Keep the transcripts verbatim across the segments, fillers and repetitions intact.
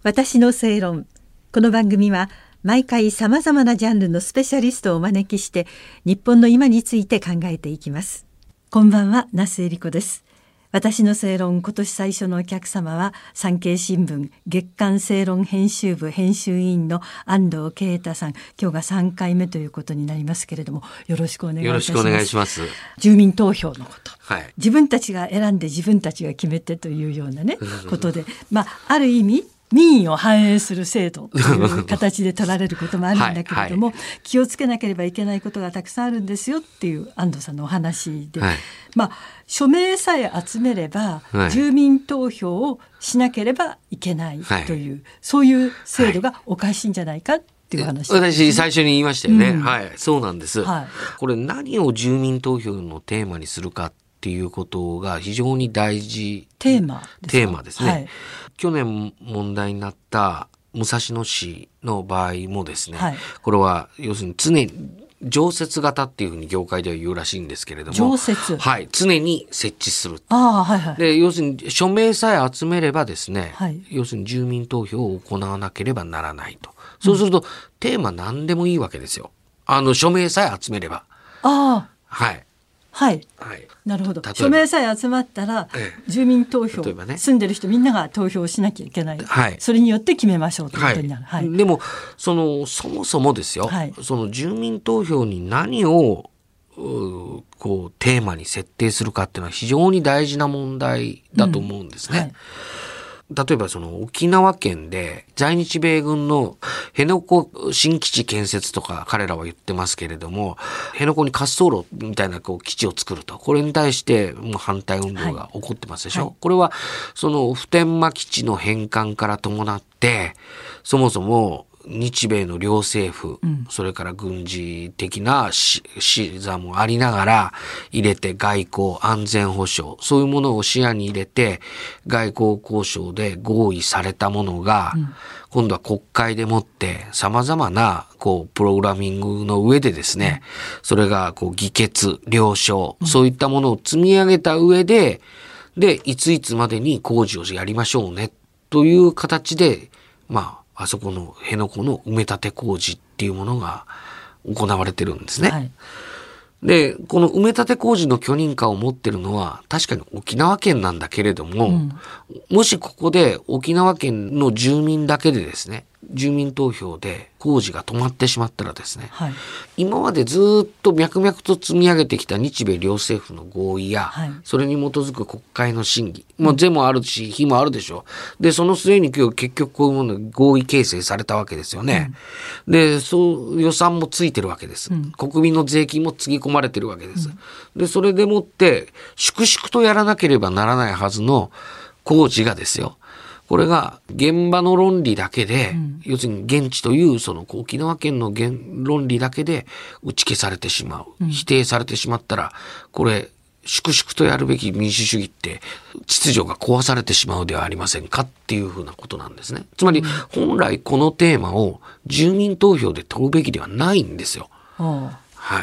私の正論。この番組は毎回さまざまなジャンルのスペシャリストをお招きして日本の今について考えていきます。こんばんは、那須恵理子です。私の正論、今年最初のお客様は産経新聞月刊正論編集部編集委員の安藤啓太さん。今日がさんかいめということになりますけれども、よろしくお願いいたします。 よろしくお願いします。 住民投票のこと、 はい、 自分たちが選んで自分たちが決めてというようなねことで、まあある意味民意を反映する制度という形で取られることもあるんだけれども、はいはい、気をつけなければいけないことがたくさんあるんですよっていう安藤さんのお話で、はい、まあ署名さえ集めれば、はい、住民投票をしなければいけないという、はい、そういう制度がおかしいんじゃないかっていう話、ね、 私最初に言いましたよね、うん、はい、そうなんです、 はい、 これ何を住民投票のテーマにするかっていうことが非常に大事テーマですテーマですね、 はい、 去年問題になった武蔵野市の場合もですね、はい、これは要するに常に常設型っていうふうに業界では言うらしいんですけれども、 常設、 はい、常に設置する。 あ、はいはい、 で要するに署名さえ集めればですね、 はい、 要するに住民投票を行わなければならないと。そうすると、うん、テーマ何でもいいわけですよ。あの署名さえ集めれば。 あ、 はいはい、 はい、 なるほど。署名さえ集まったら、ええ、住民投票、ね、住んでる人みんなが投票しなきゃいけない、はい、それによって決めましょうということになる、 はいはい、でもそのそもそもですよ、はい、その住民投票に何をこうテーマに設定するかっていうのは非常に大事な問題だと思うんですね、うん、はい、例えばその沖縄県で在日米軍の辺野古新基地建設とか彼らは言ってますけれども、辺野古に滑走路みたいなこう基地を作ると、これに対してもう反対運動が起こってますでしょ、はいはい、これはその普天間基地の返還から伴ってそもそも日米の両政府、うん、それから軍事的な視座もありながら入れて外交安全保障そういうものを視野に入れて外交交渉で合意されたものが、うん、今度は国会でもって様々なこうプログラミングの上でですね、うん、それがこう議決了承、うん、そういったものを積み上げた上ででいついつまでに工事をやりましょうねという形でまああそこの辺野古の埋め立て工事っていうものが行われてるんですね。はい、で、この埋め立て工事の許認可を持ってるのは確かに沖縄県なんだけれども、うん、もしここで沖縄県の住民だけでですね、住民投票で工事が止まってしまったらですね、はい、今までずっと脈々と積み上げてきた日米両政府の合意や、はい、それに基づく国会の審議、もう是もあるし非もあるでしょう。でその末に今日結局こういうものが合意形成されたわけですよね、うん、でそう予算もついてるわけです、うん、国民の税金もつぎ込まれてるわけです、うん、でそれでもって粛々とやらなければならないはずの工事がですよ、これが現場の論理だけで、うん、要するに現地というその沖縄県の現論理だけで打ち消されてしまう、うん、否定されてしまったらこれ粛々とやるべき民主主義って秩序が壊されてしまうではありませんかっていうふうなことなんですね。つまり本来このテーマを住民投票で問うべきではないんですよ。はい。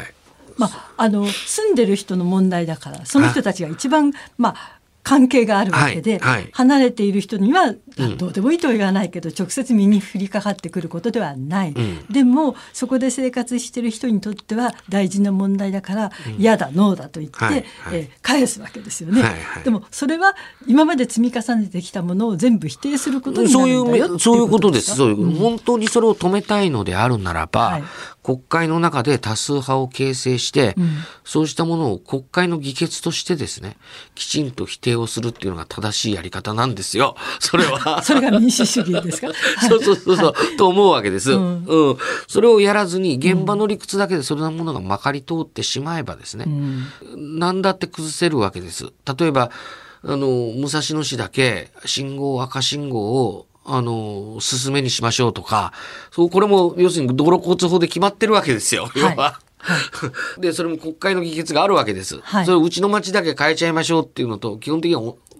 まあ、あの住んでる人の問題だからその人たちが一番まあ関係があるわけで、はいはい、離れている人にはどうでもいいとは言わないけど、うん、直接身に降りかかってくることではない、うん、でもそこで生活している人にとっては大事な問題だから嫌、うん、だノーだと言って、はいはい、えー、返すわけですよね、はいはい、でもそれは今まで積み重ねてきたものを全部否定することになるんだよっていうことですか？ そういうことです。そういう、うん、本当にそれを止めたいのであるならば、はい、国会の中で多数派を形成して、うん、そうしたものを国会の議決としてですね、きちんと否定をするっていうのが正しいやり方なんですよ。それはそれが民主主義ですか？ そうそうそうそう、はい、と思うわけです、うんうん。それをやらずに現場の理屈だけでそれなものがまかり通ってしまえばですね、うん、何だって崩せるわけです。例えばあの武蔵野市だけ信号赤信号をあの進めにしましょうとか、そうこれも要するに道路交通法で決まってるわけですよ、要は、はいはい、でそれも国会の議決があるわけです、はい、それをうちの町だけ変えちゃいましょうっていうのと基本的には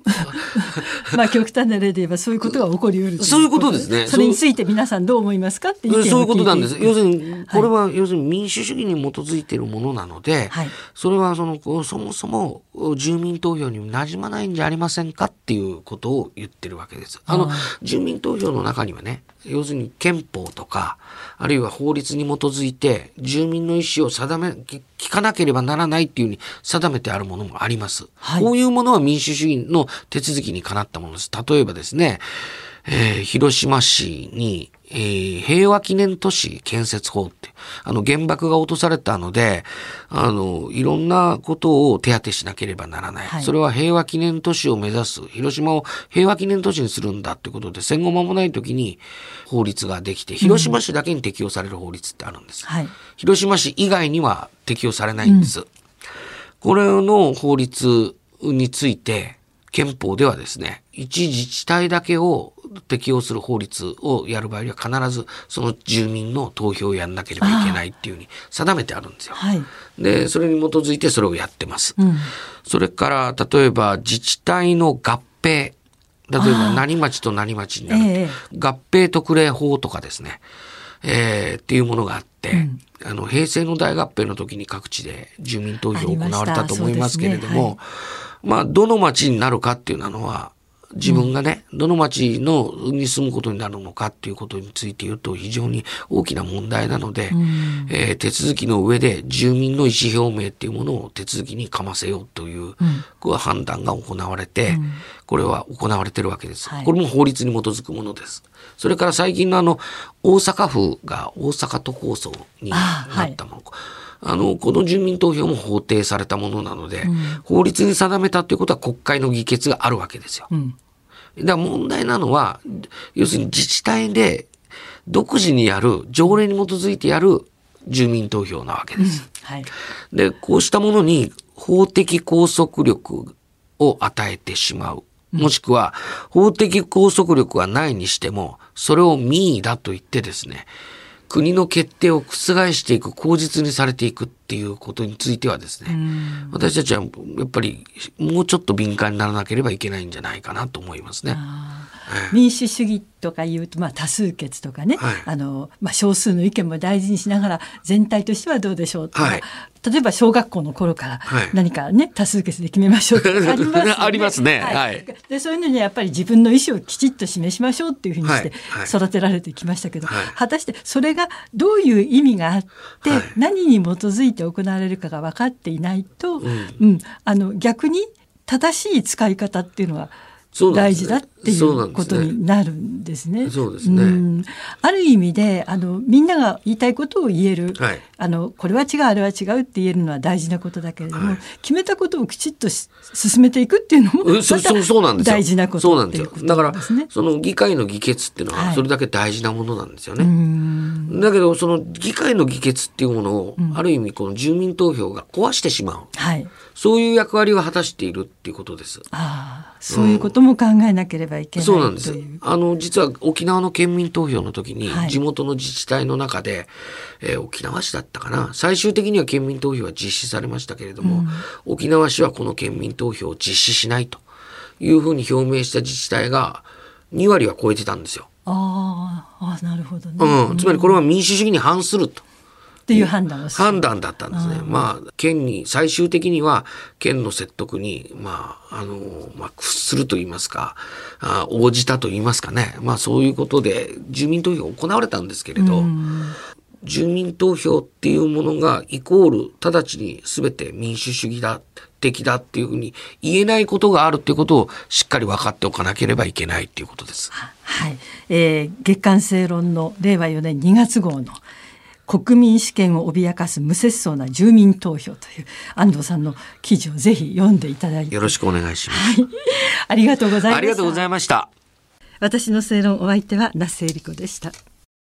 まあ極端な例で言えばそういうことが起こりうるということ。 そういうことですね。 それについて皆さんどう思いますかって意見を聞いていく。 そういうことなんです。要するにこれは要するに民主主義に基づいているものなので、はい、それはそのそもそも住民投票に馴染まないんじゃありませんかっていうことを言ってるわけです。あの住民投票の中にはね、要するに憲法とかあるいは法律に基づいて住民の意思を定め聞かなければならないっていうふうに定めてあるものもあります、はい、こういうものは民主主義の手続きにかなったものです。例えばですね、えー、広島市に、えー、平和記念都市建設法ってあの原爆が落とされたのであのいろんなことを手当てしなければならない、はい、それは平和記念都市を目指す広島を平和記念都市にするんだってことで戦後間もない時に法律ができて広島市だけに適用される法律ってあるんです、うんはい、広島市以外には適用されないんです、うん、これの法律について憲法ではですね一自治体だけを適用する法律をやる場合には必ずその住民の投票をやんなければいけないっていうふうに定めてあるんですよ、はい、でそれに基づいてそれをやってます、うん、それから例えば自治体の合併、例えば何町と何町になる、えー、合併特例法とかですね、えー、っていうものがあって、うん、あの平成の大合併の時に各地で住民投票を行われたと思いますけれども、ねはい、まあどの町になるかっていうのは自分がね、うん、どの町のに住むことになるのかっていうことについて言うと非常に大きな問題なので、うんえー、手続きの上で住民の意思表明っていうものを手続きにかませようという、うん、判断が行われて、うん、これは行われてるわけです、はい、これも法律に基づくものです。それから最近のあの大阪府が大阪都構想になったもの、あのこの住民投票も法定されたものなので、うん、法律に定めたということは国会の議決があるわけですよ、うん、だから問題なのは要するに自治体で独自にやる条例に基づいてやる住民投票なわけです、うんはい、でこうしたものに法的拘束力を与えてしまう、もしくは法的拘束力はないにしてもそれを民意だと言ってですね国の決定を覆していく、口実にされていくっていうことについてはですね、私たちはやっぱりもうちょっと敏感にならなければいけないんじゃないかなと思いますね。 ええ、民主主義とかいうと、まあ、多数決とかね、はいあのまあ、少数の意見も大事にしながら全体としてはどうでしょうとか、はい、例えば小学校の頃から何かね、はい、多数決で決めましょうとかありますよね。 ありますね、はい、 でそういうのにやっぱり自分の意思をきちっと示しましょうっていうふうにして育てられてきましたけど、はいはい、果たしてそれがどういう意味があって、はい、何に基づいて行われるかが分かっていないと、うんうん、あの逆に正しい使い方っていうのは大事だっていうことになるんですね。 そうですね。うん、 ある意味であのみんなが言いたいことを言える、はい、あのこれは違うあれは違うって言えるのは大事なことだけれども、はい、決めたことをきちっと進めていくっていうのもまた大事なことっていうことですね。 だからその議会の議決っていうのはそれだけ大事なものなんですよね。はい、だけどその議会の議決っていうものを、うん、ある意味この住民投票が壊してしまう。はい、そういう役割を果たしているっていうことです。 ああ、そういうことも考えなければいけない、うん、 そうなんです。あの実は沖縄の県民投票の時に地元の自治体の中で、はい、えー、沖縄市だったかな、最終的には県民投票は実施されましたけれども、うん、沖縄市はこの県民投票を実施しないというふうに表明した自治体がにわりは超えてたんですよ。 ああ、なるほどね、 うん、つまりこれは民主主義に反するとっていう判断をする判断だったんですね。まあ県に最終的には県の説得にまああのまあ屈すると言いますか、あ応じたと言いますかね。まあそういうことで住民投票が行われたんですけれど、住民投票っていうものがイコール直ちに全て民主主義だ的だっていうふうに言えないことがあるっていうことをしっかり分かっておかなければいけないっていうことです。 はい、えー、月刊正論のれいわよねんにがつ号の国民主権を脅かす無節操な住民投票という安藤さんの記事をぜひ読んでいただいてよろしくお願いします。はい、 ありがとうございました。 ありがとうございました。 私の正論、お相手は那須恵理子でした。